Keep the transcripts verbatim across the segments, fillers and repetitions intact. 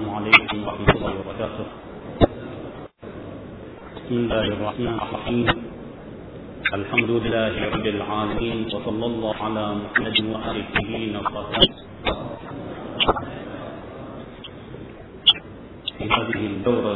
السلام عليكم ورحمة الله وبركاته. بسم الله الرحمن الرحيم. الحمد لله رب العالمين، وصلى الله على محمد وآله وصحبه. في هذه الدورة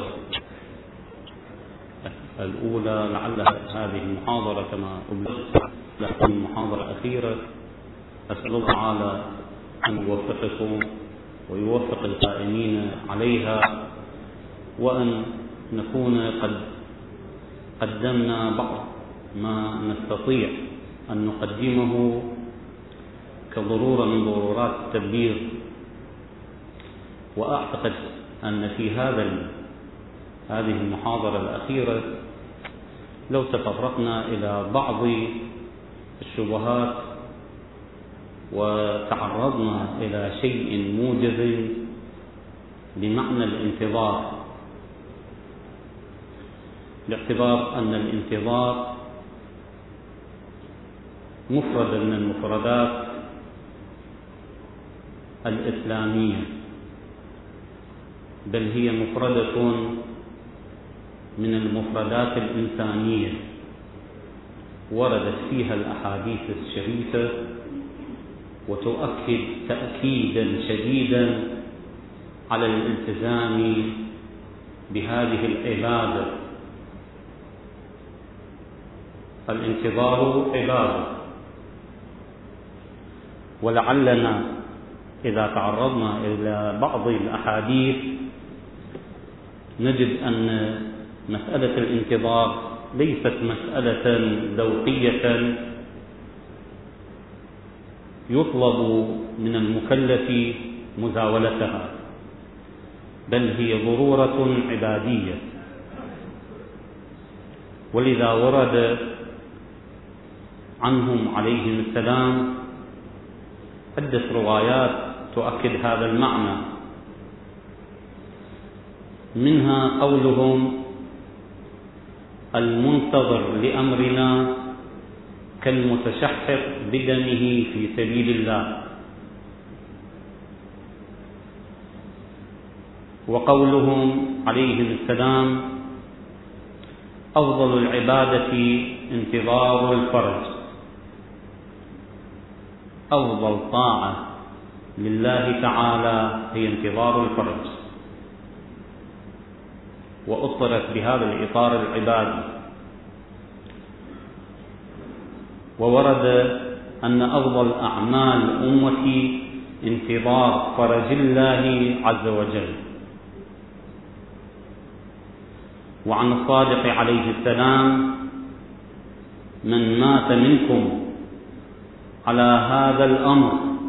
الأولى لعلها هذه المحاضرة كما أبلغت لكم محاضرة أخيرة، أسأل الله تعالى أن يوفقكم ويوفق القائمين عليها، وأن نكون قد قدمنا بعض ما نستطيع أن نقدمه كضرورة من ضرورات التبليغ. وأعتقد أن في هذا هذه المحاضرة الأخيرة لو تطرقنا إلى بعض الشبهات وتعرضنا إلى شيء موجز بمعنى الانتظار، باعتبار أن الانتظار مفرد من المفردات الإسلامية، بل هي مفردة من المفردات الإنسانية وردت فيها الأحاديث الشريفة وتؤكد تأكيدا شديدا على الالتزام بهذه العبادة. الانتظار عبادة، ولعلنا إذا تعرضنا إلى بعض الأحاديث نجد أن مسألة الانتظار ليست مسألة ذوقية يطلب من المكلف مزاولتها، بل هي ضرورة عبادية. ولذا ورد عنهم عليهم السلام عدة روايات تؤكد هذا المعنى، منها قولهم: المنتظر لأمرنا كالمتشحر بدمه في سبيل الله. وقولهم عليهم السلام: أفضل العبادة انتظار الفرج، أفضل طاعة لله تعالى هي انتظار الفرج، وأطرت بهذا الإطار العبادي. وورد أن أفضل أعمال أمتي انتظار فرج الله عز وجل. وعن الصادق عليه السلام: من مات منكم على هذا الأمر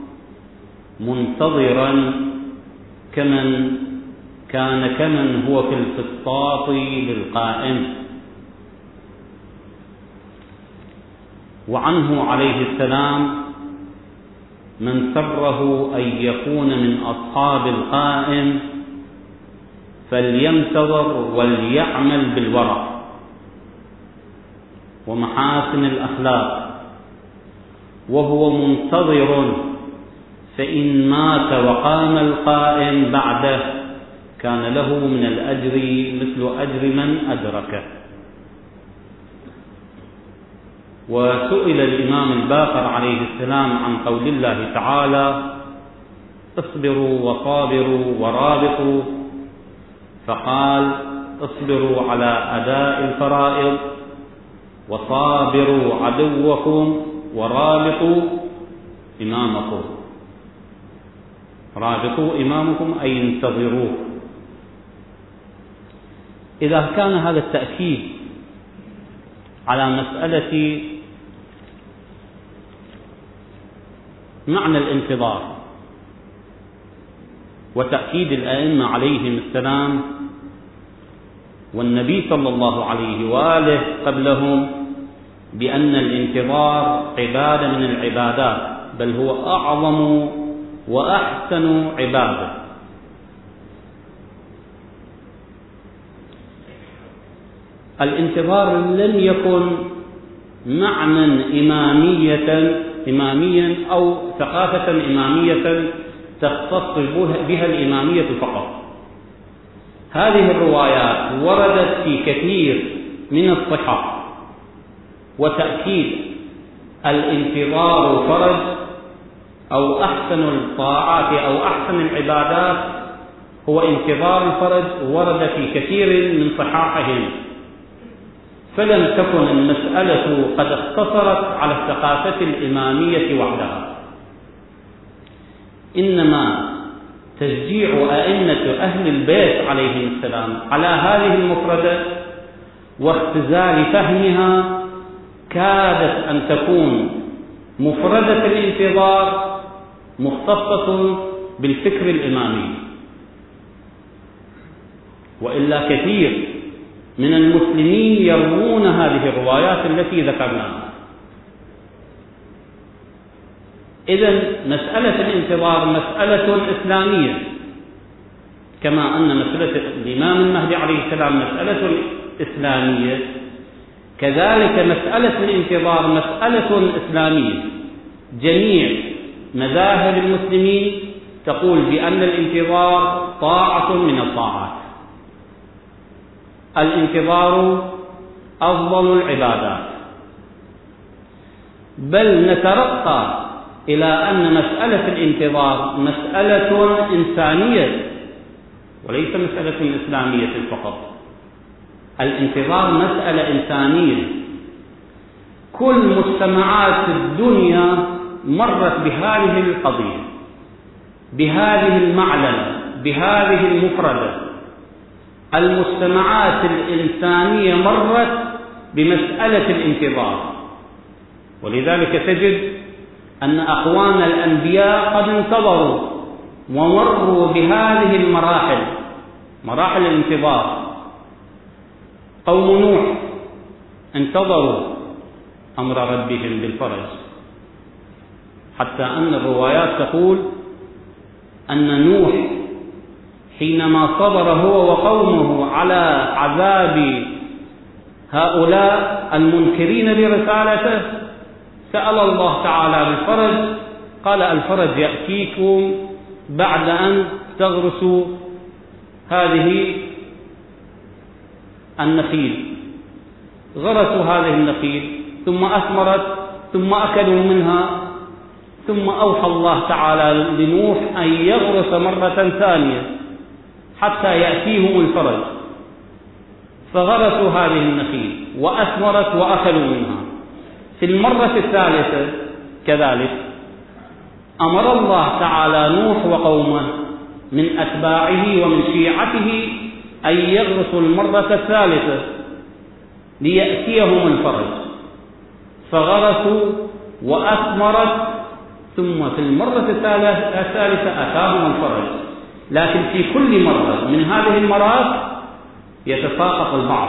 منتظرا كمن كان كمن هو في الفسطاط للقائم. وعنه عليه السلام: من سره أن يكون من أصحاب القائم فلينتظر وليعمل بالورع ومحاسن الأخلاق، وهو منتظر، فإن مات وقام القائم بعده كان له من الأجر مثل أجر من أدركه. وسئل الإمام الباقر عليه السلام عن قول الله تعالى: اصبروا وصابروا ورابطوا، فقال: اصبروا على أداء الفرائض، وصابروا عدوكم، ورابطوا إمامكم. رابطوا إمامكم أي انتظروه. إذا كان هذا التأكيد على مسألة معنى الانتظار وتأكيد الأئمة عليهم السلام والنبي صلى الله عليه وآله قبلهم بأن الانتظار عبادة من العبادات، بل هو أعظم وأحسن عبادة، الانتظار لم يكن معنى إمامية إماميا أو ثقافة إمامية تختص بها الإمامية فقط، هذه الروايات وردت في كثير من الصحح، وتأكيد الانتظار فرج أو أحسن الطاعات أو أحسن العبادات هو انتظار الفرج ورد في كثير من صحاحهم، فلم تكن المسألة قد اقتصرت على الثقافة الإمامية وحدها، إنما تشجيع أئمة أهل البيت عليهم السلام على هذه المفردة واختزال فهمها كادت أن تكون مفردة الانتظار مختصة بالفكر الإمامي، وإلا كثير من المسلمين يروون هذه الروايات التي ذكرناها. إذن مسألة الانتظار مسألة إسلامية، كما أن مسألة الإمام المهدي عليه السلام مسألة إسلامية، كذلك مسألة الانتظار مسألة إسلامية. جميع مذاهب المسلمين تقول بأن الانتظار طاعة من الطاعات، الانتظار أفضل العبادات، بل نترقى إلى أن مسألة الانتظار مسألة إنسانية وليس مسألة إسلامية فقط. الانتظار مسألة إنسانية، كل مجتمعات الدنيا مرت بهذه القضية، بهذه المعلمة، بهذه المفردة. المجتمعات الإنسانية مرت بمسألة الانتظار، ولذلك تجد أن أخوان الأنبياء قد انتظروا ومروا بهذه المراحل، مراحل الانتظار. قوم نوح انتظروا أمر ربهم بالفرج، حتى أن الروايات تقول أن نوح حينما صبر هو وقومه على عذاب هؤلاء المنكرين لرسالته سأل الله تعالى بالفرج، قال الفرج يأتيكم بعد أن تغرسوا هذه النخيل. غرسوا هذه النخيل ثم أثمرت ثم أكلوا منها، ثم أوحى الله تعالى لنوح أن يغرس مرة ثانية حتى يأتيهم الفرج، فغرسوا هذه النخيل وأثمرت وأكلوا منها. في المرة الثالثة كذلك أمر الله تعالى نوح وقومه من أتباعه ومن شيعته أن يغرسوا المرة الثالثة ليأتيهم الفرج، فغرسوا وأثمرت، ثم في المرة الثالثة أتاهم الفرج. لكن في كل مرة من هذه المرات يتساقط البعض،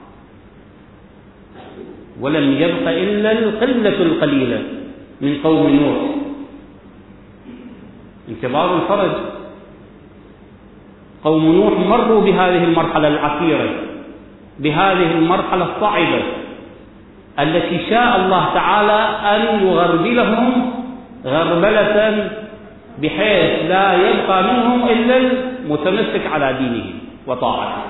ولم يبق إلا القلة القليلة من قوم نوح. انتظار الفرج، قوم نوح مروا بهذه المرحلة العسيرة، بهذه المرحلة الصعبة التي شاء الله تعالى أن يغربلهم غربلة بحيث لا يبقى منهم إلا المتمسك على دينه وطاعته.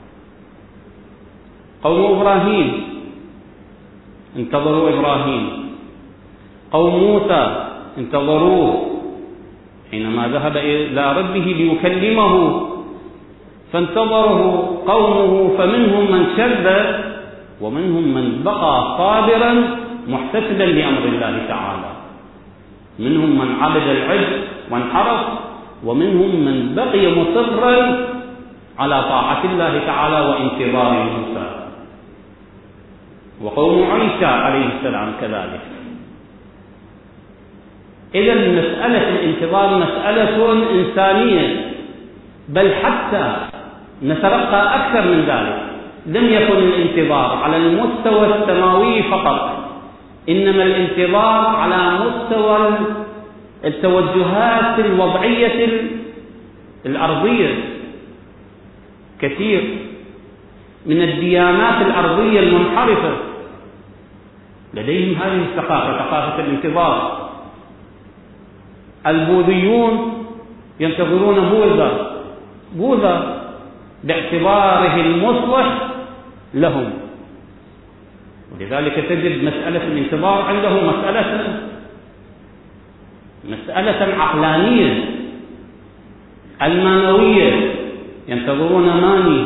قوم إبراهيم انتظروا إبراهيم، قوم موسى انتظروه حينما ذهب إلى ربه ليكلمه فانتظره قومه، فمنهم من شذ ومنهم من بقى صابرا محتسبا لأمر الله تعالى، منهم من عبد العجل وانحرف، ومنهم من بقي مصرا على طاعة الله تعالى وانتظار موسى. وقوم عيسى عليه السلام كذلك. إذن مسألة الانتظار مسألة إنسانية، بل حتى نترقى أكثر من ذلك. لم يكن الانتظار على المستوى السماوي فقط، إنما الانتظار على مستوى التوجهات الوضعية الأرضية. كثير من الديانات الأرضية المنحرفة لديهم هذه الثقافة، ثقافة الانتظار. البوذيون ينتظرون بوذا، بوذا باعتباره المصلح لهم. ولذلك تجد مسألة الانتظار عنده مسألة مسألة عقلانية المانوية، ينتظرون ماني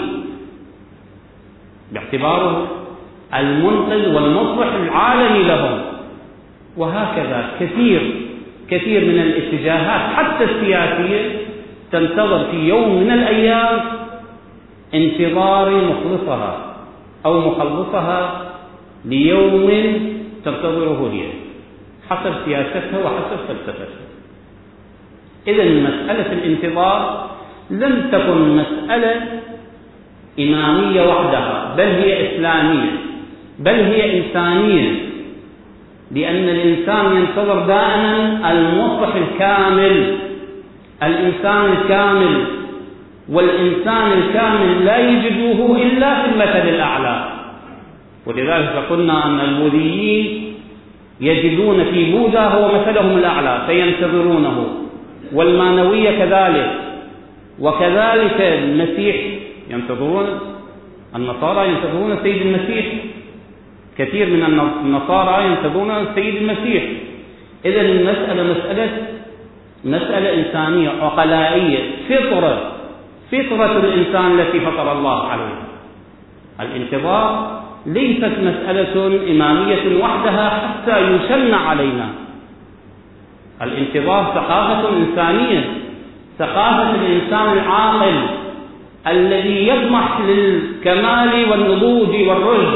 باعتباره المنقذ والمصلح العالمي لهم. وهكذا كثير كثير من الاتجاهات حتى السياسية تنتظر في يوم من الأيام انتظار مخلصها أو مخلصها ليوم تنتظره هي حسب سياستها وحسب فلسفتها. إذن مسألة الانتظار لم تكن مسألة إمامية وحدها، بل هي إسلامية، بل هي إنسانية، لأن الإنسان ينتظر دائما المصلح الكامل، الإنسان الكامل، والإنسان الكامل لا يجدوه إلا في المثل الأعلى. ولذلك قلنا أن البوذيين يجدون في بوذا هو مثلهم الأعلى فينتظرونه، والمانوية كذلك، وكذلك المسيح ينتظرون، النصارى ينتظرون السيد المسيح، كثير من النصارى ينتظرون السيد المسيح. إذن المسألة مسألة مسألة إنسانية عقلائية، فطرة فطرة الإنسان التي فطر الله عليها. الانتظار ليست مسألة إمامية وحدها حتى يشن علينا. الانتظار ثقافة إنسانية، ثقافة الإنسان العاقل الذي يطمح للكمال والنضوج والرشد،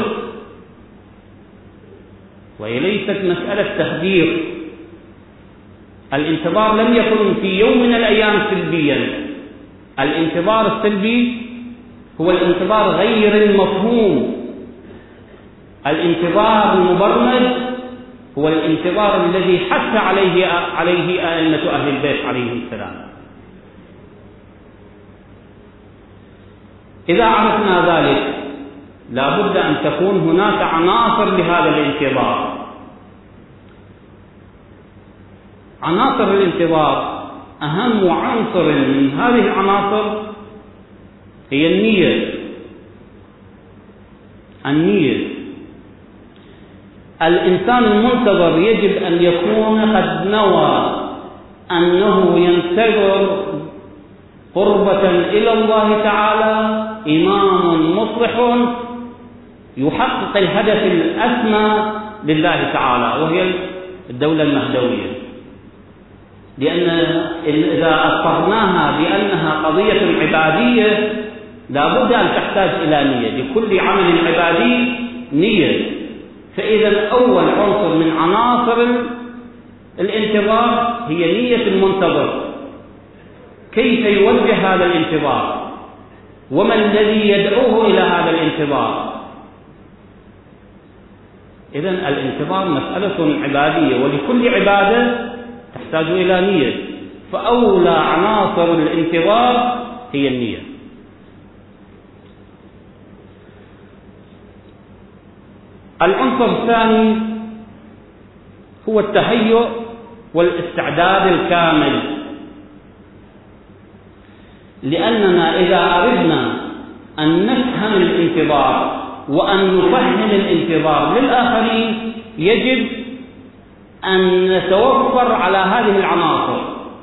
وهي ليست مسألة تخدير. الانتظار لم يكن في يوم من الأيام سلبيا. الانتظار السلبي هو الانتظار غير المفهوم. الانتظار المبرمج هو الانتظار الذي حث عليه عليه أئمة أهل البيت عليهم السلام. إذا عرفنا ذلك لا بد أن تكون هناك عناصر لهذا الانتظار. عناصر الانتظار، أهم عنصر من هذه العناصر هي النية. النية الإنسان المنتظر يجب أن يكون قد نوى أنه ينتظر قربة إلى الله تعالى، إمام مصلح يحقق الهدف الأسمى لله تعالى وهي الدولة المهدوية. لأن إذا أصرناها بأنها قضية عبادية لا بد أن تحتاج إلى نية، لكل عمل عبادي نية. فإذا أول عنصر من عناصر الانتظار هي نية المنتظر، كيف يوجه هذا الانتظار، وما الذي يدعوه إلى هذا الانتظار. إذن الانتظار مسألة عبادية، ولكل عبادة تحتاج إلى نية، فأولى عناصر الانتظار هي النية. العنصر الثاني هو التهيؤ والاستعداد الكامل، لأننا إذا أردنا أن نفهم الانتظار وأن نفهم الانتظار للآخرين يجب أن نتوفر على هذه العناصر: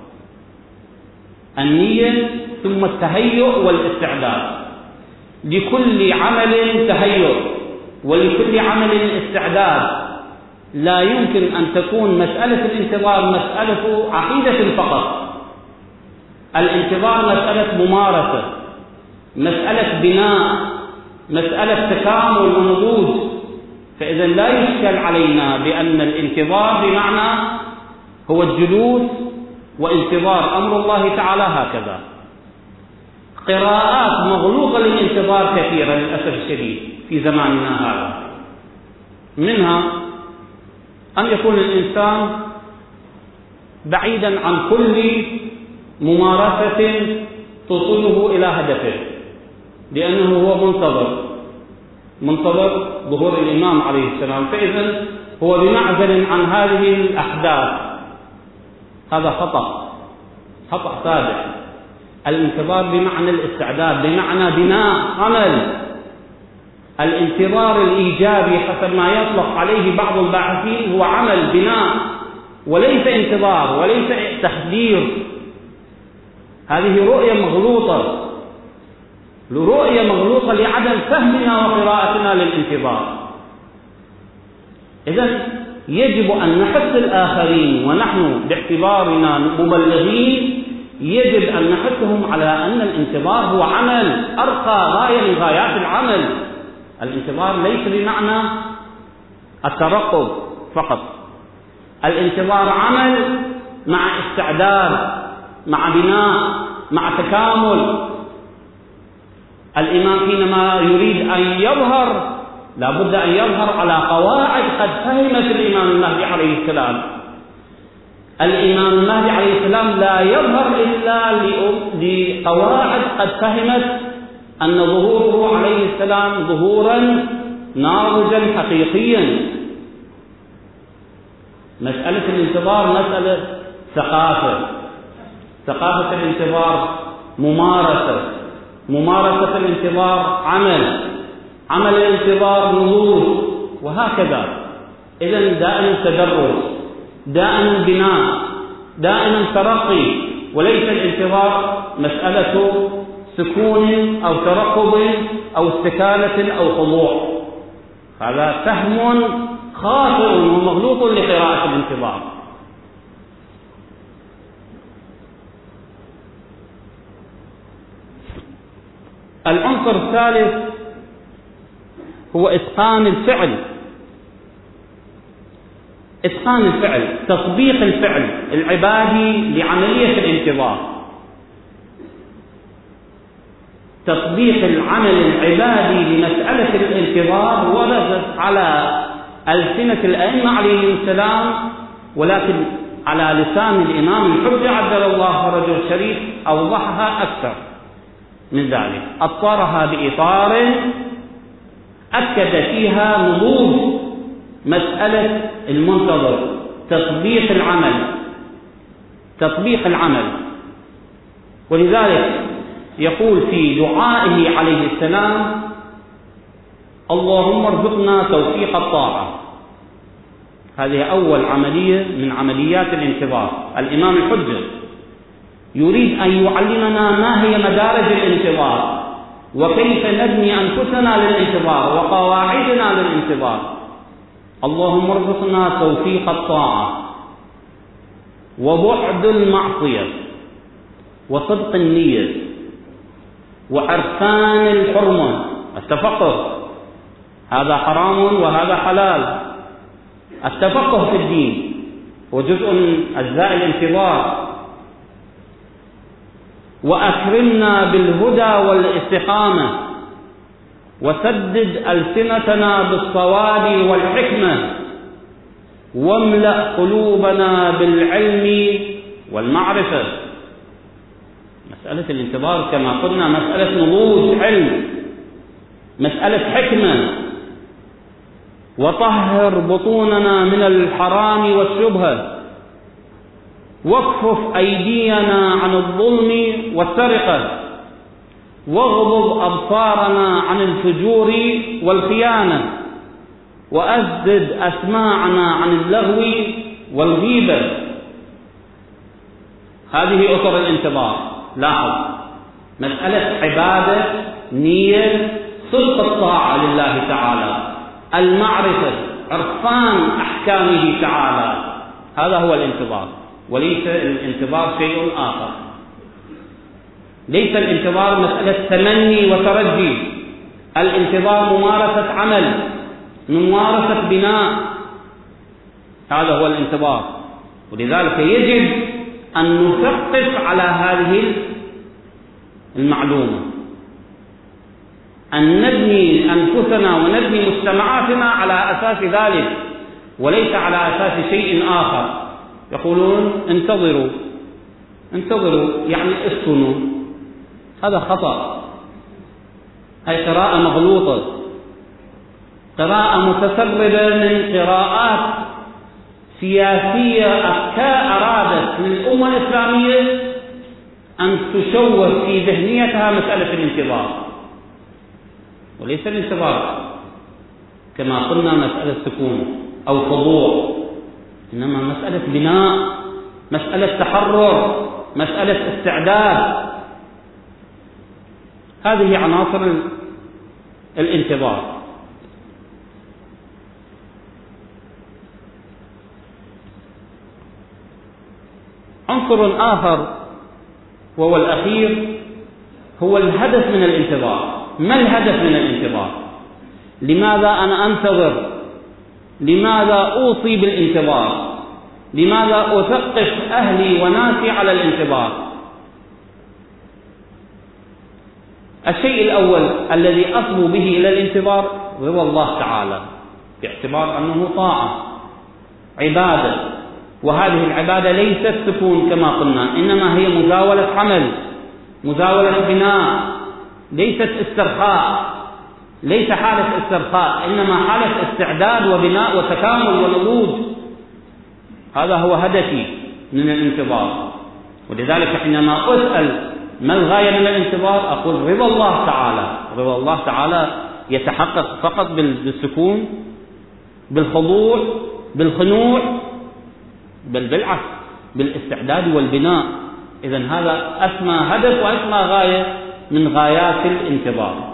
النية ثم التهيؤ والاستعداد. لكل عمل تهيؤ ولكل عمل استعداد. لا يمكن أن تكون مسألة الانتظار مسألة عقيدة فقط. الانتظار مسألة ممارسة، مسألة بناء، مسألة تكامل ونضوج. فإذا لا يشكل علينا بأن الانتظار بمعنى هو الجلوس وانتظار أمر الله تعالى هكذا. قراءات مغلوقة للانتظار كثيرة للأسف الشديد في زماننا هذا. منها أن يكون الإنسان بعيدا عن كل ممارسة توصله إلى هدفه، لأنه هو منتظر منتظر ظهور الإمام عليه السلام، فإذا هو بمعزل عن هذه الأحداث. هذا خطأ خطأ سابق. الانتظار بمعنى الاستعداد، بمعنى بناء عمل. الانتظار الإيجابي حسب ما يطلق عليه بعض الباحثين هو عمل بناء، وليس انتظار وليس تخدير. هذه رؤية مغلوطة، رؤية مغلوطة لعدم فهمنا وقراءتنا للانتظار. إذن يجب أن نحث الآخرين، ونحن باعتبارنا مبلغين يجب أن نحثهم على أن الانتظار هو عمل، أرقى غاية من غايات العمل. الانتظار ليس بمعنى الترقب فقط، الانتظار عمل مع استعداد، مع بناء، مع تكامل. الإمام حينما يريد أن يظهر لا بد أن يظهر على قواعد قد فهمت الإمام المهدي عليه السلام. الإمام المهدي عليه السلام لا يظهر إلا لقواعد قد فهمت أن ظهوره عليه السلام ظهورا ناضجا حقيقيا. مسألة الانتظار مسألة ثقافة، ثقافة الانتظار ممارسة، ممارسة الانتظار عمل، عمل الانتظار نضوج، وهكذا. إذن دائما تدرج، دائما بناء، دائما ترقي، وليس الانتظار مسألة سكون أو ترقب أو استكانة أو خضوع. هذا فهم خاطئ ومغلوط لقراءة الانتظار. العنصر الثالث هو إتقان الفعل. إتقان الفعل، تطبيق الفعل العبادي لعملية الانتظار. تطبيق العمل العبادي لمسألة الانتظار وردت على ألسنة الأئمة عليهم السلام، ولكن على لسان الإمام الحجة عجل الله فرجه الشريف أوضحها أكثر من ذلك، أطارها بإطار أكد فيها نضوج مسألة المنتظر، تطبيق العمل، تطبيق العمل. ولذلك يقول في دعائه عليه السلام: اللهم ارزقنا توفيق الطاعة. هذه أول عملية من عمليات الانتظار. الإمام الحجة يريد أن يعلمنا ما هي مدارج الانتظار، وكيف نبني أنفسنا للانتظار وقواعدنا للانتظار. اللهم ارزقنا توفيق الطاعة وبعد المعصية وصدق النية وعرفان الحرمة، التفقه، هذا حرام وهذا حلال. التفقه في الدين هو جزء من أجزاء الانتظار. وأكرمنا بالهدى والاستقامة، وسدد ألسنتنا بالصواب والحكمة، واملأ قلوبنا بالعلم والمعرفة. مسألة الانتظار كما قلنا مسألة نضوج علم، مسألة حكمة. وطهر بطوننا من الحرام والشبهة، واكفف أيدينا عن الظلم والسرقة، واغضض أبصارنا عن الفجور والخيانة، وأسدد أسماعنا عن اللغو والغيبة. هذه أطر الانتظار. لاحظ، مسألة عبادة، نية، صدق الطاعة لله تعالى، المعرفة، عرفان أحكامه تعالى، هذا هو الانتظار، وليس الانتظار شيء آخر. ليس الانتظار مسألة تمني وترجي، الانتظار ممارسة عمل، ممارسة بناء، هذا هو الانتظار. ولذلك يجب أن نثقف على هذه المعلومة، أن نبني أنفسنا ونبني مجتمعاتنا على أساس ذلك، وليس على أساس شيء آخر. يقولون انتظروا، انتظروا يعني اسكنوا، هذا خطأ. هذه قراءة مغلوطة، قراءة متسربة من قراءات سياسية أفكار أرادت للأمة الإسلامية أن تشوه في ذهنيتها مسألة الانتظار، وليس الانتظار كما قلنا مسألة سكون أو خضوع، إنما مسألة بناء، مسألة تحرر، مسألة استعداد. هذه عناصر الانتظار. عنصر آخر وهو الأخير هو الهدف من الانتظار. ما الهدف من الانتظار؟ لماذا أنا أنتظر؟ لماذا أوصي بالانتظار؟ لماذا أثقف أهلي وناسي على الانتظار؟ الشيء الأول الذي أصبو به إلى الانتظار رضا الله تعالى، باعتبار أنه طاعة عبادة، وهذه العبادة ليست سكون كما قلنا، إنما هي مزاولة عمل، مزاولة بناء، ليست استرخاء، ليس حالة استرخاء، إنما حالة استعداد وبناء وتكامل ونضوج. هذا هو هدفي من الانتظار. ولذلك حينما أسأل ما الغاية من الانتظار أقول رضا الله تعالى. رضا الله تعالى يتحقق فقط بالسكون، بالخضوع، بالخنوع، بل بالعكس بالاستعداد والبناء. إذن هذا أسمى هدف وأسمى غاية من غايات الانتظار.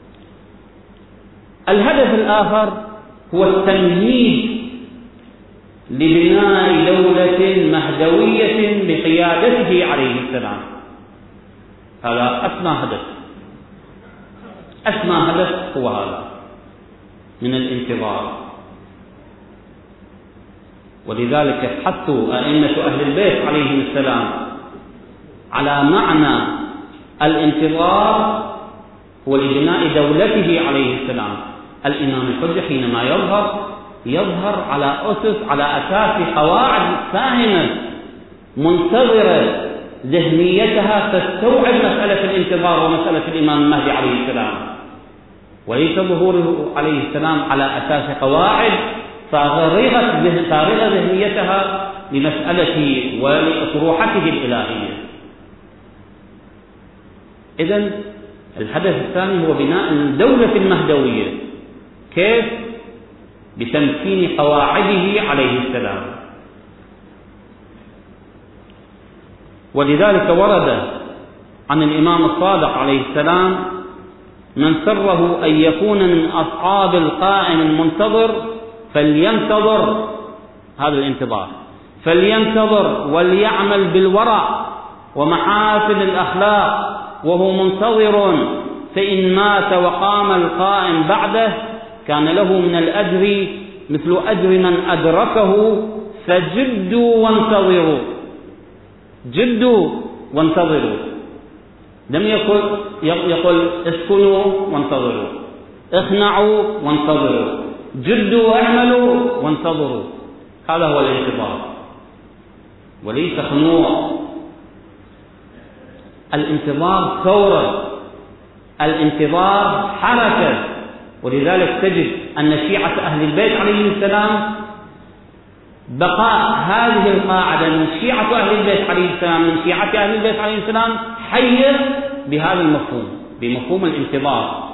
الهدف الآخر هو التمهيد لبناء دولة مهدوية بقيادته عليه السلام. هذا أسمى هدف، أسمى هدف هو هذا من الانتظار. ولذلك حثوا أئمة أهل البيت عليهم السلام على معنى الانتظار هو لبناء دولته عليه السلام. الإمام الحجة حينما يظهر يظهر على أسس، على أساس قواعد فاهمة منتظرة ذهنيتها تستوعب مسألة الانتظار ومسألة الإمام المهدي عليه السلام، وليس ظهوره عليه السلام على أساس قواعد فارغة ذهنيتها لمسألة ولأطروحته الإلهية. إذن الهدف الثاني هو بناء الدولة المهدوية. كيف؟ بتمكين قواعده عليه السلام. ولذلك ورد عن الإمام الصادق عليه السلام من سره أن يكون من أصحاب القائم المنتظر فلينتظر، هذا الانتظار، فلينتظر وليعمل بالورع ومحاسن الأخلاق وهو منتظر، فإن مات وقام القائم بعده كان له من الأجر مثل أجر من أدركه، فجدوا وانتظروا. جدوا وانتظروا، لم يقل يقول اسكنوا وانتظروا، اخنعوا وانتظروا، جدوا واعملوا وانتظروا. هذا هو الانتظار وليس خنوع. الانتظار ثورة، الانتظار حركة. ولذلك تجد أن شيعة أهل البيت عليهم السلام بقاء هذه القاعدة من شيعة أهل البيت عليه السلام من شيعة أهل البيت عليه السلام حية بهذا المفهوم، بمفهوم الانتظار.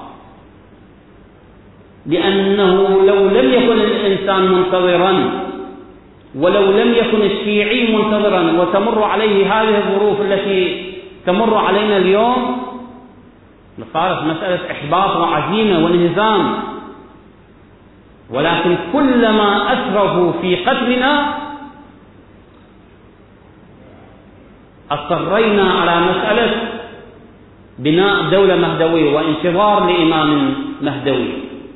لأنه لو لم يكن الإنسان منتظرا، ولو لم يكن الشيعي منتظرا وتمر عليه هذه الظروف التي تمر علينا اليوم، صارت مسألة إحباط وعزيمة وانهزام. ولكن كلما أسرفوا في قتلنا أصرينا على مسألة بناء دولة مهدوية وانتظار لإمام مهدوي.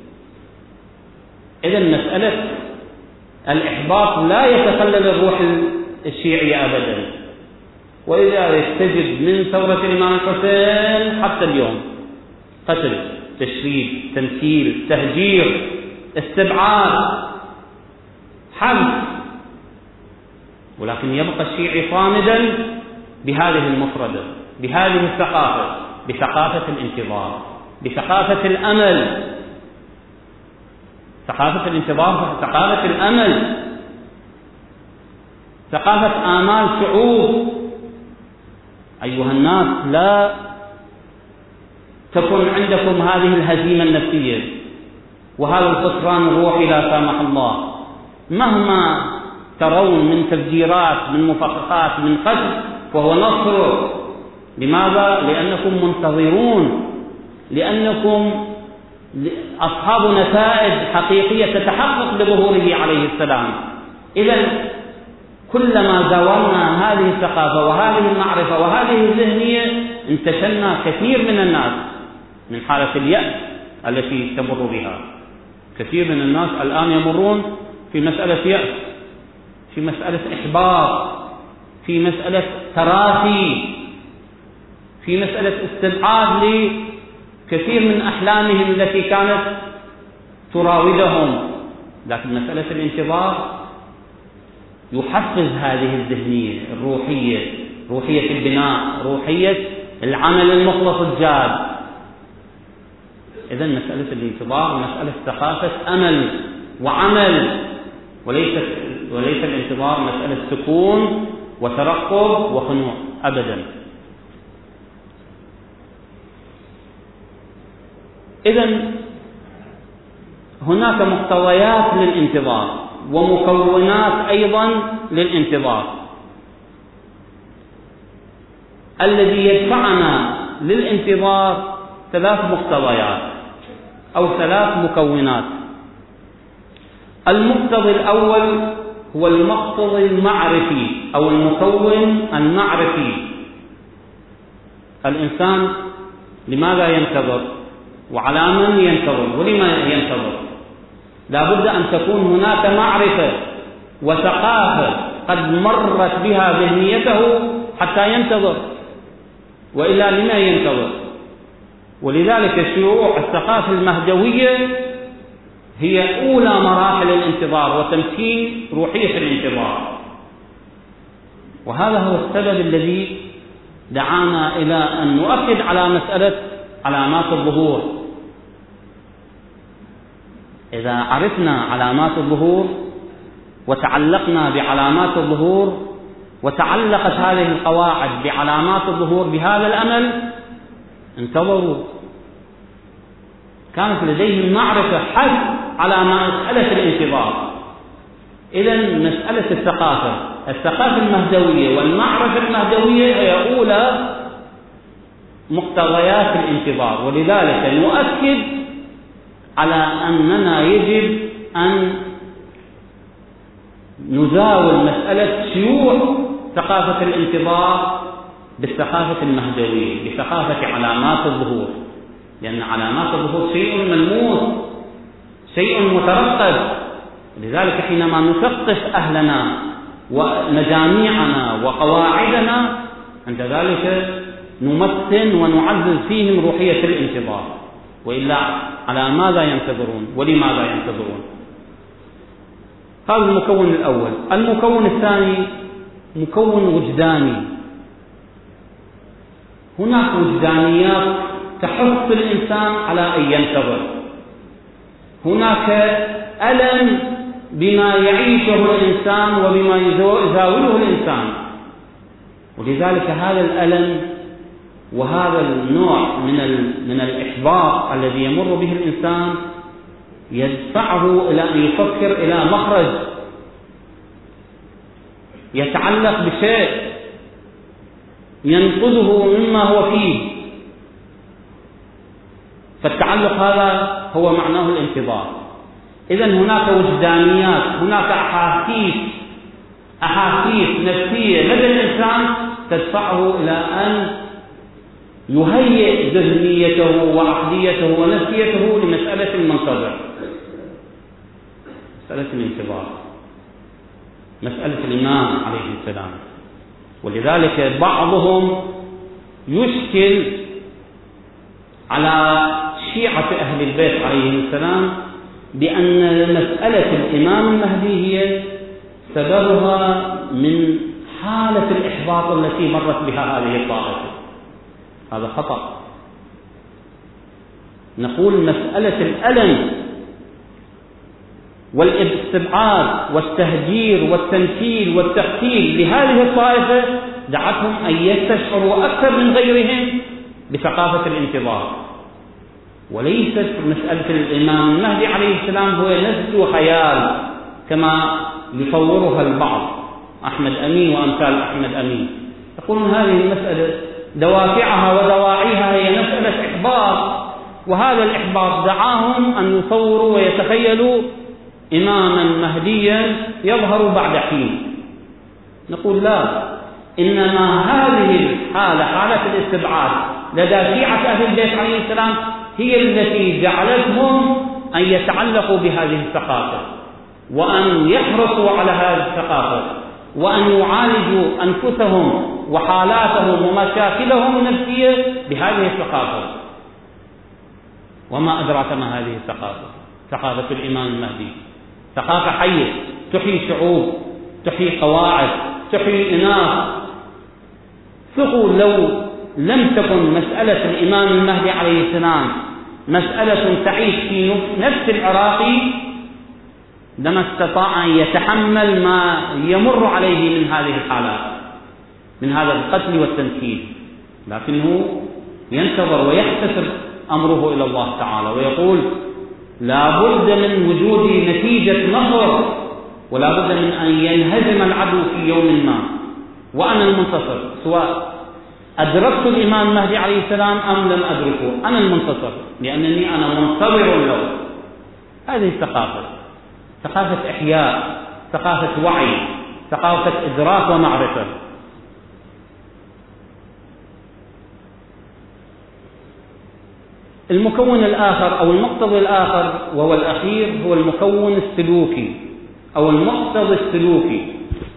إذن مسألة الإحباط لا يتخلل الروح الشيعية أبدا. ولذلك تجد من ثورة الإمام الحسين حتى اليوم قتل، تشريد، تمثيل، تهجير، استبعاد، حبس، ولكن يبقى الشيعي صامدا بهذه المفردة، بهذه الثقافة، بثقافة الانتظار، بثقافة الأمل. ثقافة الانتظار ثقافة الأمل، ثقافة آمال شعوب. أيها الناس لا تكن عندكم هذه الهزيمة النفسية وهذا الخسران الروحي لا سامح الله، مهما ترون من تفجيرات من مفخخات من قتل فهو نصر. لماذا؟ لأنكم منتظرون، لأنكم أصحاب نتائج حقيقية تتحقق بظهوره عليه السلام. إذا كلما زاولنا هذه الثقافة وهذه المعرفة وهذه الذهنية انتشلنا كثير من الناس من حالة اليأس التي تمر بها. كثير من الناس الآن يمرون في مسألة يأس، في مسألة إحباط، في مسألة تراخي، في مسألة استبعاد لكثير من أحلامهم التي كانت تراودهم. لكن مسألة الانتظار يحفز هذه الذهنية الروحية، روحية البناء، روحية العمل المخلص الجاد. إذن مسألة الانتظار مسألة ثقافة أمل وعمل، وليس وليس الانتظار مسألة سكون وترقب وخنوع أبدا. إذن هناك مقتضيات للانتظار ومكونات أيضا للانتظار. الذي يدفعنا للانتظار ثلاث مقتضيات أو ثلاث مكونات. المقتضي الأول هو المقتضي المعرفي أو المكون المعرفي. الإنسان لماذا ينتظر؟ وعلى من ينتظر؟ ولما ينتظر؟ لا بد أن تكون هناك معرفة وثقافة قد مرت بها ذهنيته حتى ينتظر، وإلا لما ينتظر؟ ولذلك شيوع الثقافة المهدوية هي أولى مراحل الانتظار وتمكين روحية الانتظار. وهذا هو السبب الذي دعانا إلى أن نؤكد على مسألة علامات الظهور. إذا عرفنا علامات الظهور وتعلقنا بعلامات الظهور وتعلقت هذه القواعد بعلامات الظهور بهذا الأمل انتظروا. كانت لديهم معرفة حث على مسألة الانتظار. إذن مسألة الثقافة الثقافة المهدوية والمعرفة المهدوية هي أولى مقتضيات الانتظار. ولذلك نؤكد على أننا يجب أن نزاول مسألة شيوع ثقافة الانتظار بالثقافة المهدوية، بثقافة علامات الظهور، لأن علامات الظهور شيء ملموس، شيء مترقب. لذلك حينما نثقف أهلنا ومجاميعنا وقواعدنا عند ذلك نمتن ونعزز فيهم روحية الانتظار. وإلا على ماذا ينتظرون ولماذا ينتظرون؟ هذا المكون الأول. المكون الثاني مكون وجداني. هناك وجدانيات تحث الإنسان على أن ينتظر. هناك ألم بما يعيشه الإنسان وبما يزاوله الإنسان، ولذلك هذا الألم وهذا النوع من من الإحباط الذي يمر به الإنسان يدفعه إلى أن يفكر إلى مخرج يتعلق بشيء ينقذه مما هو فيه. فالتعلق هذا هو معناه الانتظار. إذن هناك وجدانيات، هناك أحاسيس أحاسيس نفسية لدى الإنسان تدفعه إلى أن يهيئ ذهنيته وعقليته ونفسيته لمسألة المنتظر، مسألة الانتظار، مسألة الإمام عليه السلام. ولذلك بعضهم يشكل على شيعة أهل البيت عليه السلام بأن مسألة الإمام المهدي هي سببها من حالة الإحباط التي مرت بها هذه الطائفة. هذا خطأ. نقول مسألة الألم والاستبعاد والتهجير والتمثيل والتقتيل لهذه الطائفة دعتهم أن يستشعروا أكثر من غيرهم بثقافة الانتظار. وليست مسألة الإمام المهدي عليه السلام هو نفس خيال كما يصورها البعض، أحمد أمين وأمثال أحمد أمين، يقولون هذه المسألة دوافعها ودواعيها هي مسألة إحباط، وهذا الإحباط دعاهم أن يصوروا ويتخيلوا إماما مهديا يظهر بعد حين. نقول لا، إنما هذه الحالة، حالة الاستبعاد لدى شيعة أهل البيت عليه السلام، هي التي جعلتهم أن يتعلقوا بهذه الثقافة وأن يحرصوا على هذه الثقافة وأن يعالجوا أنفسهم وحالاتهم ومشاكلهم النفسية بهذه الثقافة. وما أدراك ما هذه الثقافة؟ ثقافة الإمام المهدي، ثقافة حية تحيي شعوب، تحيي قواعد، تحيي إناث. ثقوا لو لم تكن مسألة الإمام المهدي عليه السلام مسألة تعيش في نفس العراقي لما استطاع أن يتحمل ما يمر عليه من هذه الحالات، من هذا القتل والتنكيل، لكنه ينتظر ويحتسب أمره إلى الله تعالى ويقول لا بد من وجود نتيجة نصر، ولا بد من أن ينهزم العدو في يوم ما، وأنا المنتصر، سواء أدركت الإمام المهدي عليه السلام أم لم أدركه، أنا المنتصر لأنني أنا منتظر له. هذه الثقافة، ثقافة إحياء، ثقافة وعي، ثقافة إدراك ومعرفة. المكون الآخر أو المقتضى الآخر وهو الأخير هو المكون السلوكي أو المقتضى السلوكي،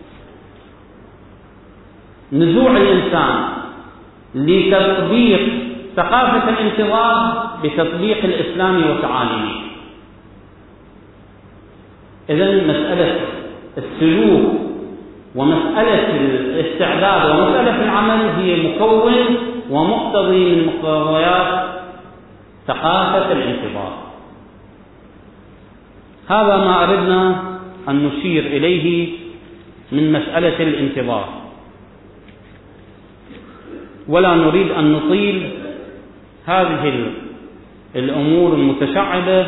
نزوع الإنسان لتطبيق ثقافة الانتظار بتطبيق الإسلام وتعاليمه. إذن مسألة السلوك ومسألة الاستعداد ومسألة العمل هي مكون ومقتضي من مقتضيات ثقافة الانتظار. هذا ما أردنا أن نشير إليه من مسألة الانتظار، ولا نريد أن نطيل هذه الأمور المتشعبة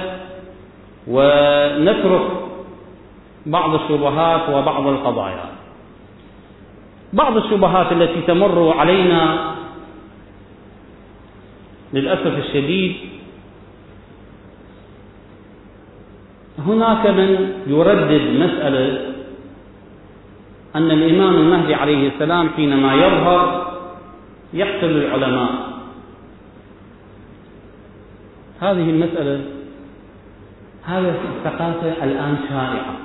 ونترك بعض الشبهات وبعض القضايا. بعض الشبهات التي تمر علينا للأسف الشديد، هناك من يردد مسألة أن الإمام المهدي عليه السلام حينما يظهر يقتل العلماء. هذه المسألة، هذه الثقافة الآن شائعة،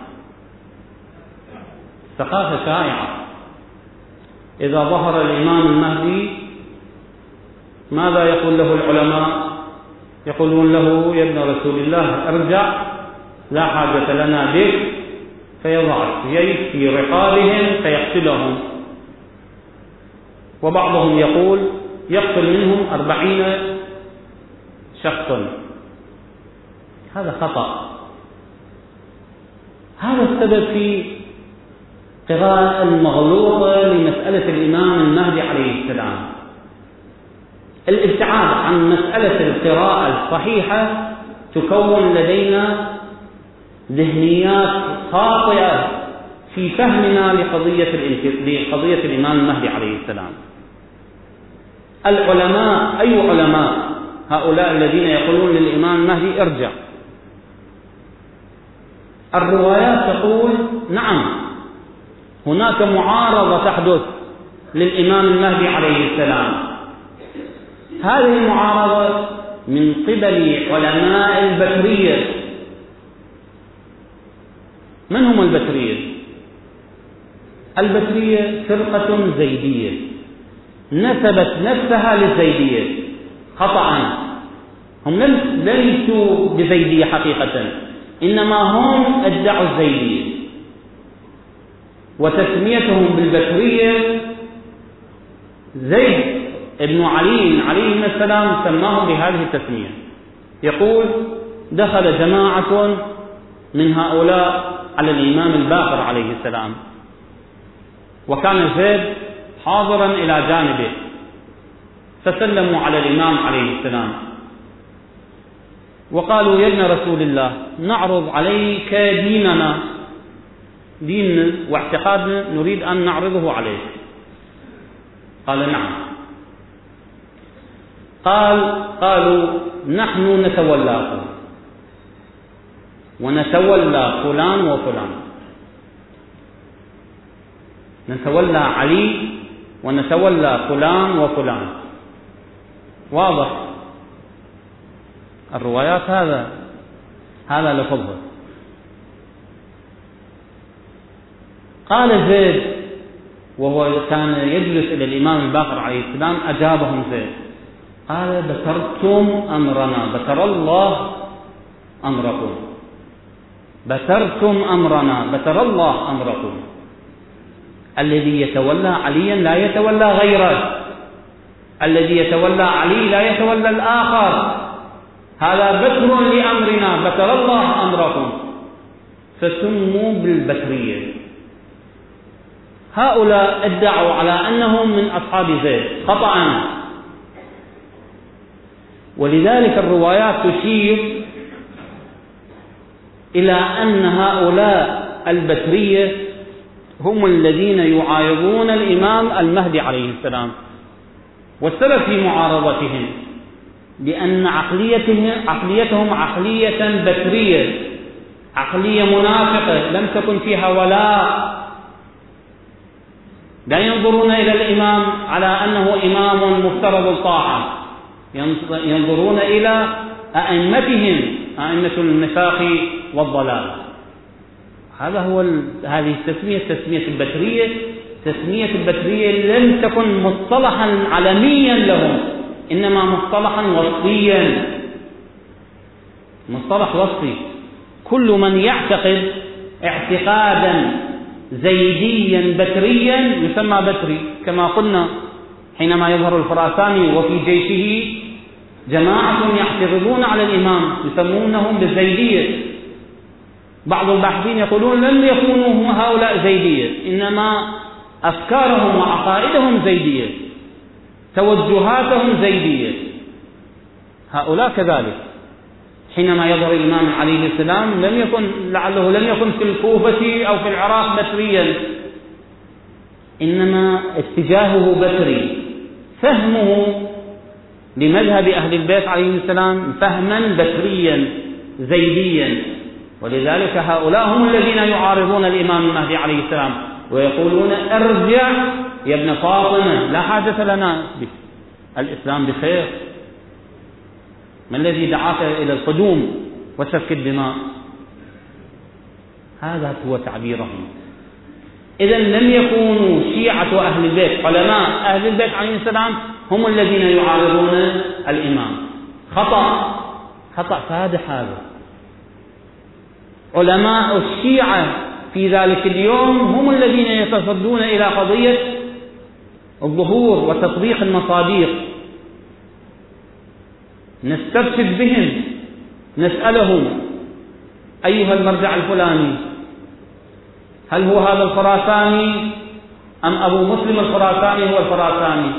ثقافة شائعة. إذا ظهر الإمام المهدي ماذا يقول له العلماء؟ يقولون له يا ابن رسول الله ارجع، لا حاجة لنا بك، فيضع السيف في رقابهم فيقتلهم. وبعضهم يقول يقتل منهم أربعين شخصا. هذا خطأ. هذا السبب في قراءة مغلوطة لمسألة الإمام المهدي عليه السلام. الابتعاد عن مسألة القراءة الصحيحة تكون لدينا ذهنيات خاطئة في فهمنا لقضية لقضية الإمام المهدي عليه السلام. العلماء، أي علماء؟ هؤلاء الذين يقولون للإمام المهدي ارجع. الروايات تقول نعم هناك معارضة تحدث للإمام المهدي عليه السلام. هذه المعارضة من قبل علماء البترية. من هم البترية؟ البترية فرقة زيدية نسبت نفسها للزيدية خطأ. هم ليسوا بزيدية حقيقة، إنما هم ادعوا الزيدية، وتسميتهم بالبترية زيد ابن علي عليه السلام سماهم بهذه التسمية. يقول دخل جماعة من هؤلاء على الإمام الباقر عليه السلام، وكان زيد حاضرا إلى جانبه، فسلموا على الإمام عليه السلام وقالوا: يا ابن رسول الله، نعرض عليك ديننا، ديننا واعتقادنا نريد أن نعرضه عليك. قال: نعم. قال قالوا: نحن نتولاكم ونتولى فلان وفلان، نتولى علي ونتولى فلان وفلان. واضح الروايات، هذا هذا لفظه. قال زيد وهو كان يجلس إلى الإمام الباقر عليه السلام، أجابهم زيد قال: بترتم أمرنا، بتر الله أمركم، بترتم أمرنا، بتر الله أمركم. الذي يتولى عليا لا يتولى غيره، الذي يتولى علي لا يتولى الآخر، هذا بتر لأمرنا، بتر الله أمركم. فسموا بالبترية. هؤلاء ادعوا على أنهم من أصحاب زيد خطأ، ولذلك الروايات تشير إلى أن هؤلاء البترية هم الذين يعارضون الإمام المهدي عليه السلام. والسبب في معارضتهم بأن عقليتهم عقليتهم عقلية بترية، عقلية منافقة لم تكن فيها ولاء، لا ينظرون إلى الإمام على أنه إمام مفترض الطاعة، ينظرون إلى أئمتهم، أئمة النفاق والضلال. هذا هو هذه التسمية، تسمية البترية. تسمية البترية لم تكن مصطلحا علميا لهم، إنما مصطلحا وصفيا، مصطلح وصفي. كل من يعتقد اعتقادا زيديا بتريا يسمى بتري. كما قلنا حينما يظهر الخراساني وفي جيشه جماعة يعترضون على الإمام يسمونهم بالزيدية. بعض الباحثين يقولون لم يكونوا هؤلاء زيدية، إنما أفكارهم وعقائدهم زيدية، توجهاتهم زيدية. هؤلاء كذلك. حينما يظهر الإمام عليه السلام لم يكن لعله لم يكن في الكوفة أو في العراق بتريا، إنما اتجاهه بتري، فهمه لمذهب أهل البيت عليه السلام فهما بتريا زيديا. ولذلك هؤلاء هم الذين يعارضون الإمام المهدي عليه السلام ويقولون: ارجع يا ابن فاطمة، لا حاجة لنا بك، الإسلام بخير، ما الذي دعاك إلى القدوم وسفك الدماء؟ هذا هو تعبيرهم. إذن لم يكونوا شيعة أهل البيت، علماء أهل البيت عليه السلام هم الذين يعارضون الإمام. خطأ، خطأ فادح هذا. علماء الشيعة في ذلك اليوم هم الذين يتصدون إلى قضية الظهور وتطبيق المصاديق. نسترشد بهم، نسألهم: أيها المرجع الفلاني، هل هو هذا الخراساني أم أبو مسلم الخراساني هو الخراساني؟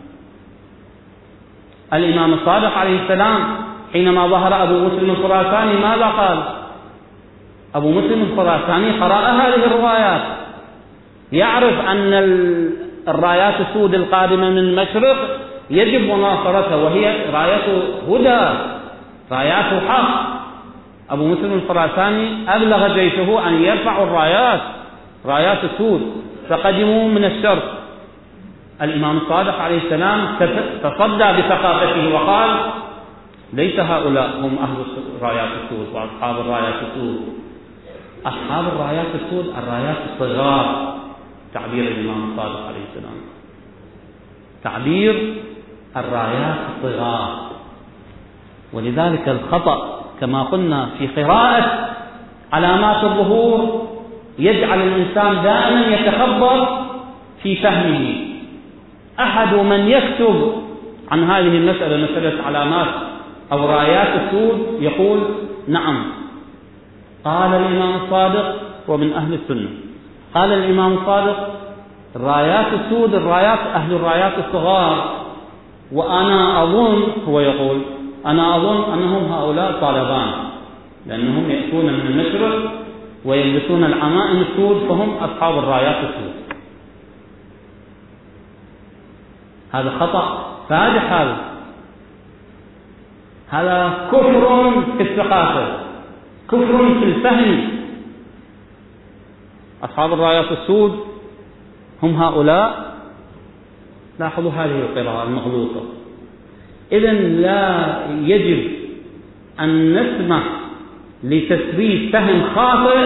الإمام الصادق عليه السلام حينما ظهر أبو مسلم الخراساني ماذا قال؟ أبو مسلم الخراساني قرأ هذه الروايات، يعرف أن الرايات السود القادمة من المشرق يجب مناصرتها، وهي رايات هدى، رايات حق. أبو مسلم الخراساني أبلغ جيشه أن يرفعوا الرايات، رايات السود، فقدموا من الشرق. الإمام الصادق عليه السلام تصدى بثقافته وقال: ليس هؤلاء هم أهل الرايات السود وأصحاب الرايات السود، أصحاب الرايات السود الرايات الصغار، تعبير الإمام الصادق عليه السلام، تعبير الرايات الصغار. ولذلك الخطأ كما قلنا في قراءة علامات الظهور يجعل الإنسان دائما يتخبط في فهمه. أحد من يكتب عن هذه المسألة، مسألة علامات أو رايات السود، يقول: نعم، قال الإمام الصادق ومن أهل السنة، قال الإمام الصادق الرايات السود الرايات أهل الرايات الصغار، وأنا أظن هو يقول أنا أظن أنهم هؤلاء طالبان، لأنهم يأتون من المشرق ويلبسون العمائم السود، فهم أصحاب الرايات السود. هذا خطأ فادح، هذا هذا كفر في الثقافة، كفر في الفهم. أصحاب الرايات السود هم هؤلاء. لاحظوا هذه القراءة المغلوطة. إذن لا يجب أن نسمح لتسريب فهم خاطئ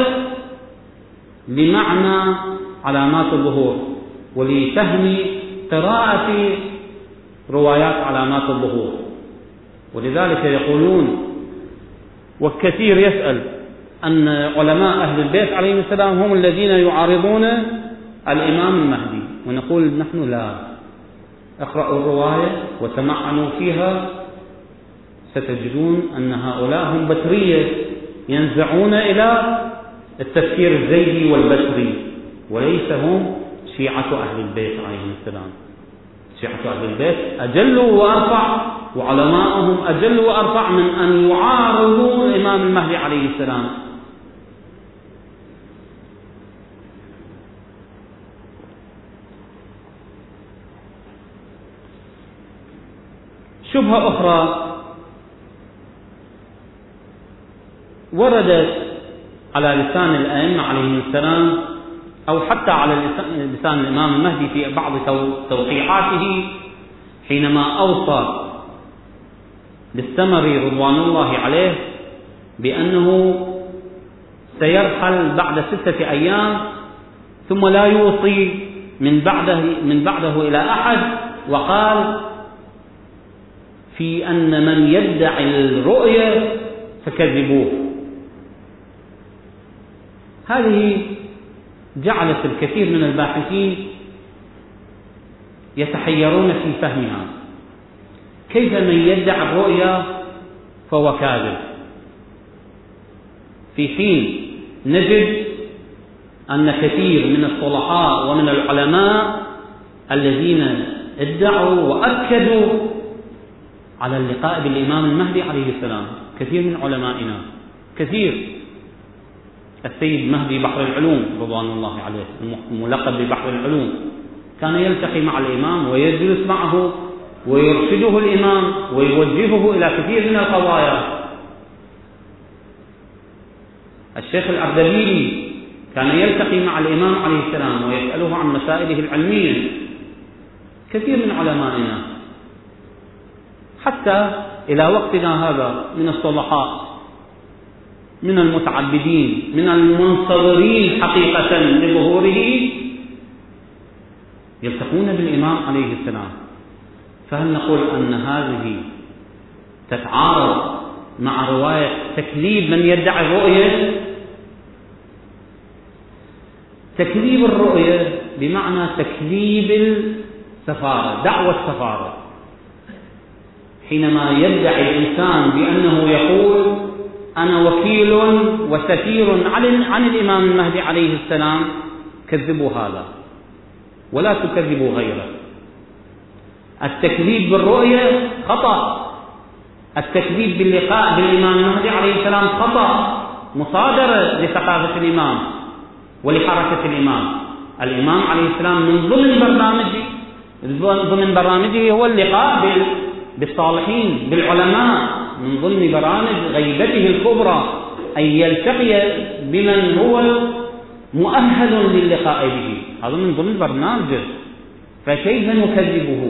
لمعنى علامات الظهور ولفهم قراءة روايات علامات الظهور. ولذلك يقولون، والكثير يسأل، أن علماء أهل البيت عليهم السلام هم الذين يعارضون الإمام المهدي، ونقول نحن لا. اقرأوا الرواية وتمعنوا فيها، ستجدون أن هؤلاء هم بترية ينزعون إلى التفكير الزيدي والبشري، وليس هم شيعة أهل البيت عليهم السلام. شيعة أهل البيت أجل وأرفع، وعلماءهم أجل وأرفع من أن يعارضوا الإمام المهدي عليه السلام. شبهة أخرى وردت على لسان الأئمة عليهم السلام، أو حتى على لسان الإمام المهدي في بعض توقيعاته، حينما أوصى بالسمري رضوان الله عليه بأنه سيرحل بعد ستة أيام ثم لا يوصي من بعده من بعده إلى أحد، وقال في أن من يدعي الرؤية فكذبوه. هذه جعلت الكثير من الباحثين يتحيرون في فهمها. كيف من يدعي الرؤيا فهو كاذب، في حين نجد أن كثير من الصلحاء ومن العلماء الذين ادعوا وأكدوا على اللقاء بالإمام المهدي عليه السلام، كثير من علمائنا، كثير. السيد مهدي بحر العلوم رضوان الله عليه الملقب ببحر العلوم كان يلتقي مع الإمام ويجلس معه ويرشده الإمام ويوجهه إلى كثير من القضايا. الشيخ الأردبيلي كان يلتقي مع الإمام عليه السلام ويسأله عن مسائله العلمية. كثير من علمائنا حتى إلى وقتنا هذا من الصلحاء، من المتعبدين، من المنتظرين حقيقة لظهوره، يلتقون بالإمام عليه السلام. فهل نقول أن هذه تتعارض مع رواية تكذيب من يدعي الرؤية؟ تكذيب الرؤية بمعنى تكذيب السفارة، دعوة السفارة. حينما يدعي الإنسان بأنه يقول أنا وكيل وسفير عن الإمام المهدي عليه السلام، كذبوا هذا ولا تكذبوا غيره. التكذيب بالرؤية خطأ، التكذيب باللقاء بالإمام المهدي عليه السلام خطأ، مصادرة لثقافة الإمام ولحركة الإمام. الإمام عليه السلام من ضمن برنامجه ضمن برامجه هو اللقاء بالصالحين بالعلماء، من ضمن برامج غيبته الكبرى أن يلتقي بمن هو مؤهل للقاء به، هذا من ضمن برنامجه. فكيف نكذبه؟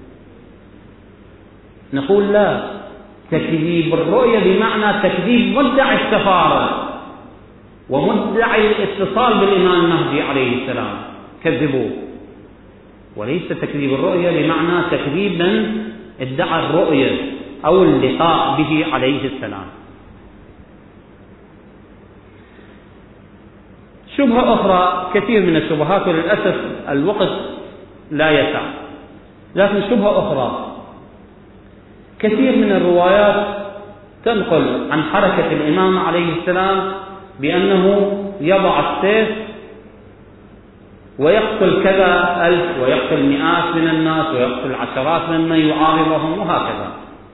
نقول لا، تكذيب الرؤية بمعنى تكذيب مدعي السفارة ومدعي الاتصال بالإمام المهدي عليه السلام، كذبوه. وليس تكذيب الرؤية بمعنى تكذيب من ادعى الرؤية أو اللقاء به عليه السلام. شبهة أخرى، كثير من الشبهات وللأسف الوقت لا يسع، لكن شبهة أخرى، كثير من الروايات تنقل عن حركة الإمام عليه السلام بأنه يضع السيف ويقتل كذا ألف ويقتل مئات من الناس ويقتل عشرات ممن يعارضهم وهكذا.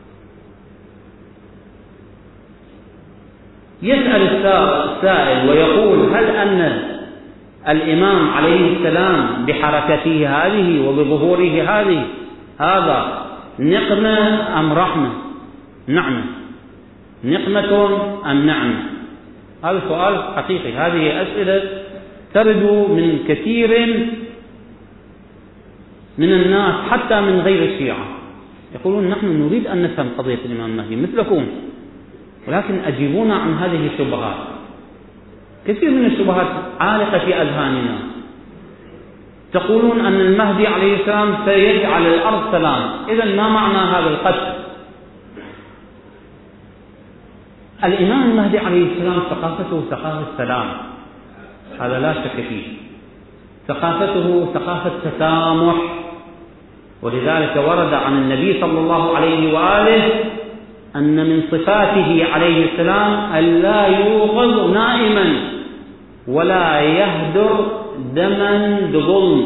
يسأل السائل ويقول: هل أن الإمام عليه السلام بحركته هذه وبظهوره هذه هذا نقمة أم رحمة؟ نعمة. نقمة أم نعمة؟ هذا سؤال حقيقي. هذه أسئلة ترد من كثير من الناس حتى من غير الشيعة، يقولون: نحن نريد أن نفهم قضية الإمام المهدي مثلكم، ولكن أجيبونا عن هذه الشبهات. كثير من الشبهات عالقة في أذهاننا. تقولون أن المهدي عليه السلام سيجعل الأرض سلام، إذن ما معنى هذا القتل؟ الإمام المهدي عليه السلام ثقافته ثقافة سلام، هذا لا شك فيه. ثقافته ثقافة تسامح، ولذلك ورد عن النبي صلى الله عليه وآله أن من صفاته عليه السلام أن لا يوقظ نائما ولا يهدر دما بظلم.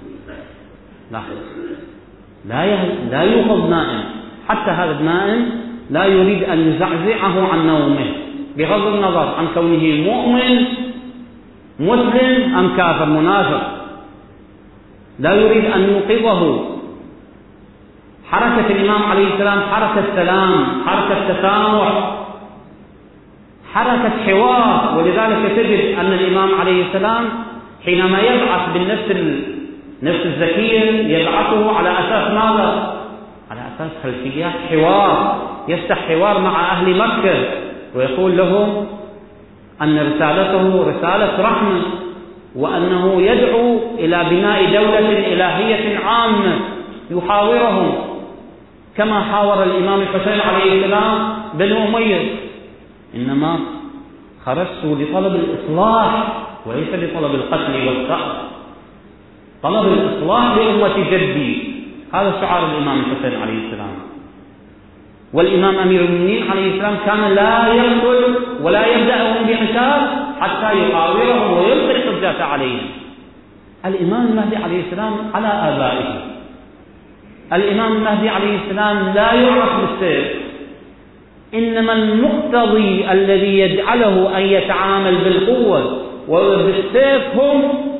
لا لا يوقظ نائم، حتى هذا النائم لا يريد أن يزعزعه عن نومه، بغض النظر عن كونه مؤمن مسلم أم كافر منافق، لا يريد أن يوقظه. حركة الإمام عليه السلام حركة سلام، حركة تسامح، حركة حوار. ولذلك تجد أن الإمام عليه السلام حينما يبعث بالنفس النفس الزكية يبعثه على أساس ماذا؟ على أساس خلفيات حوار، يفتح حوار مع أهل مكة ويقول لهم أن رسالته رسالة رحمة، وأنه يدعو إلى بناء دولة إلهية عامة يحاورهم كما حاور الإمام الحسين عليه السلام بنو أمية. إنما خرجت لطلب الإصلاح وليس لطلب القتل والسحر، طلب الإصلاح لأمة جدي. هذا شعار الإمام الحسين عليه السلام. والإمام أمير المؤمنين عليه السلام كان لا يقتل ولا يبدأهم بقتال حتى يحاورهم ويلقي الحجة عليهم. الإمام المهدي عليه السلام على آبائه. الإمام المهدي عليه السلام لا يعرف بالسيف، إنما المقتضي الذي يجعله أن يتعامل بالقوة وبالسيف هم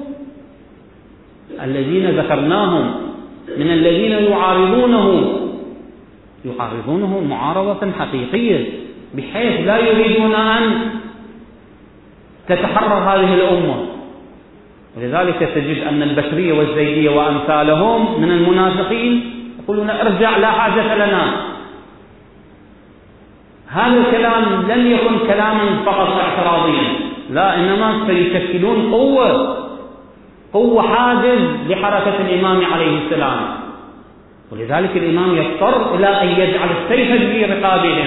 الذين ذكرناهم من الذين يعارضونه يعارضونه معارضة حقيقية، بحيث لا يريدون أن تتحرر هذه الأمة. ولذلك تجد أن البشرية والزيدية وأمثالهم من المنافقين يقولون: ارجع، لا حاجة لنا. هذا الكلام لم يكن كلاما فقط اعتراضيا، لا، إنما سيشكلون قوة قوة حاجز لحركة الإمام عليه السلام. ولذلك الإمام يضطر إلى أن يجعل السيف في رقابهم.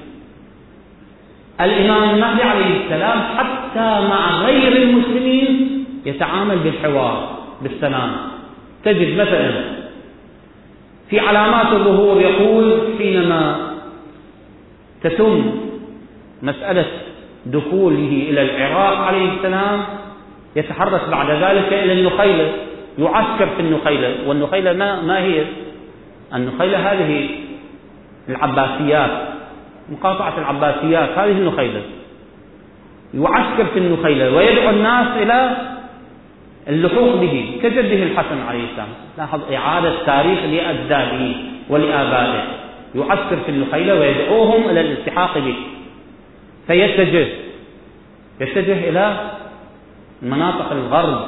الإمام المهدي عليه السلام حتى مع غير المسلمين يتعامل بالحوار بالسلام. تجد مثلا في علامات الظهور يقول حينما تتم مسألة دخوله إلى العراق عليه السلام يتحرك بعد ذلك إلى النخيلة، يعسكر في النخيلة. والنخيلة ما, ما هي؟ النخيلة هذه العباسيات، مقاطعة العباسيات، هذه النخيلة. يعسكر في النخيلة ويدعو الناس إلى اللحوق به كجده الحسن عليه السلام. لاحظ إعادة تاريخ لأجداده ولآبائه. يعسكر في النخيلة ويدعوهم إلى الالتحاق به، فيتجه يتجه إلى مناطق الغرب،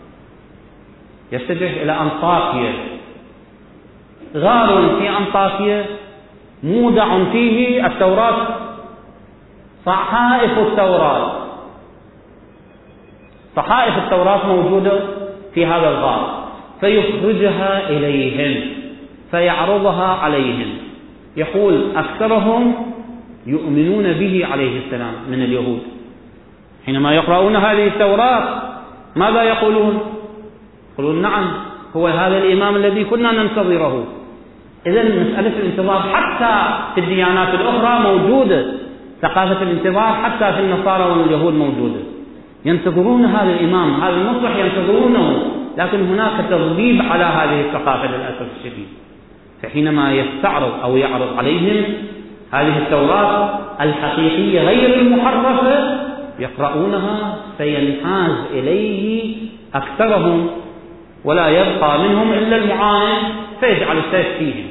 يتجه إلى أنطاكيا. غار في أنطاكيا مودع فيه التوراة، صحائف التوراة صحائف التوراة موجودة في هذا الغار، فيخرجها إليهم فيعرضها عليهم. يقول أكثرهم يؤمنون به عليه السلام من اليهود. حينما يقرؤون هذه التوراة ماذا يقولون؟ يقولون: نعم، هو هذا الإمام الذي كنا ننتظره. إذن مسألة الانتظار حتى في الديانات الأخرى موجودة، ثقافة الانتظار حتى في النصارى واليهود موجودة. ينتظرون هذا الإمام، هذا المصلح ينتظرونه لكن هناك تضليل على هذه الثقافة للأسف الشديد. فحينما يستعرض أو يعرض عليهم هذه التوراة الحقيقية غير المحرفة يقرؤونها سينحاز إليه أكثرهم، ولا يبقى منهم إلا المعاند فيجعل السيف فيهم.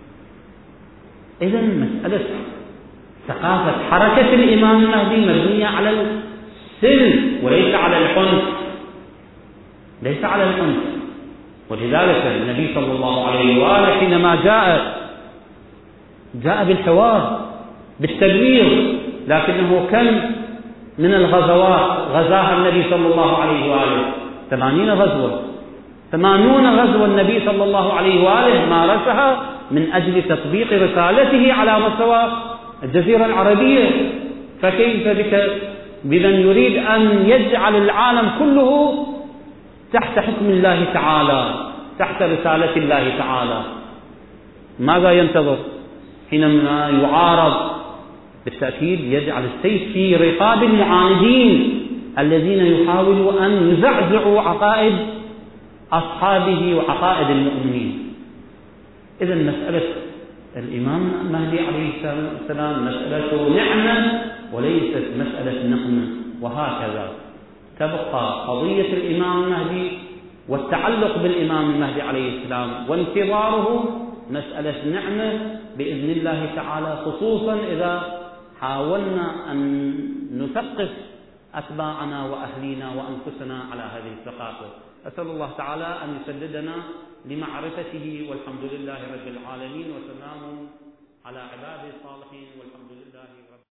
إذن مسألة ثقافة حركة الإمام المهدي مبنية على السلم وليس على العنف، ليس على العنف. ولذلك النبي صلى الله عليه وآله حينما جاء جاء بالحوار بالتبليغ، لكنه كم من الغزوات غزاها النبي صلى الله عليه وآله؟ ثمانين غزوة، ثمانون غزوة النبي صلى الله عليه وآله مارسها من أجل تطبيق رسالته على مستوى الجزيرة العربية. فكيف بك بمن يريد أن يجعل العالم كله تحت حكم الله تعالى، تحت رسالة الله تعالى؟ ماذا ينتظر حينما يعارض؟ بالتأكيد يجعل السيف في رقاب المعاندين الذين يحاولوا أن يزعزعوا عقائد أصحابه وعقائد المؤمنين. إذن مسألة الإمام المهدي عليه السلام مسألة نعمة وليست مسألة نقمة. وهكذا تبقى قضية الإمام المهدي والتعلق بالإمام المهدي عليه السلام وانتظاره مسألة نعمة بإذن الله تعالى، خصوصا إذا حاولنا أن نثقف أتباعنا وأهلينا وأنفسنا على هذه الثقافة. أسأل الله تعالى أن يسددنا لمعرفته، والحمد لله رب العالمين، وسلام على عباده الصالحين، والحمد لله رب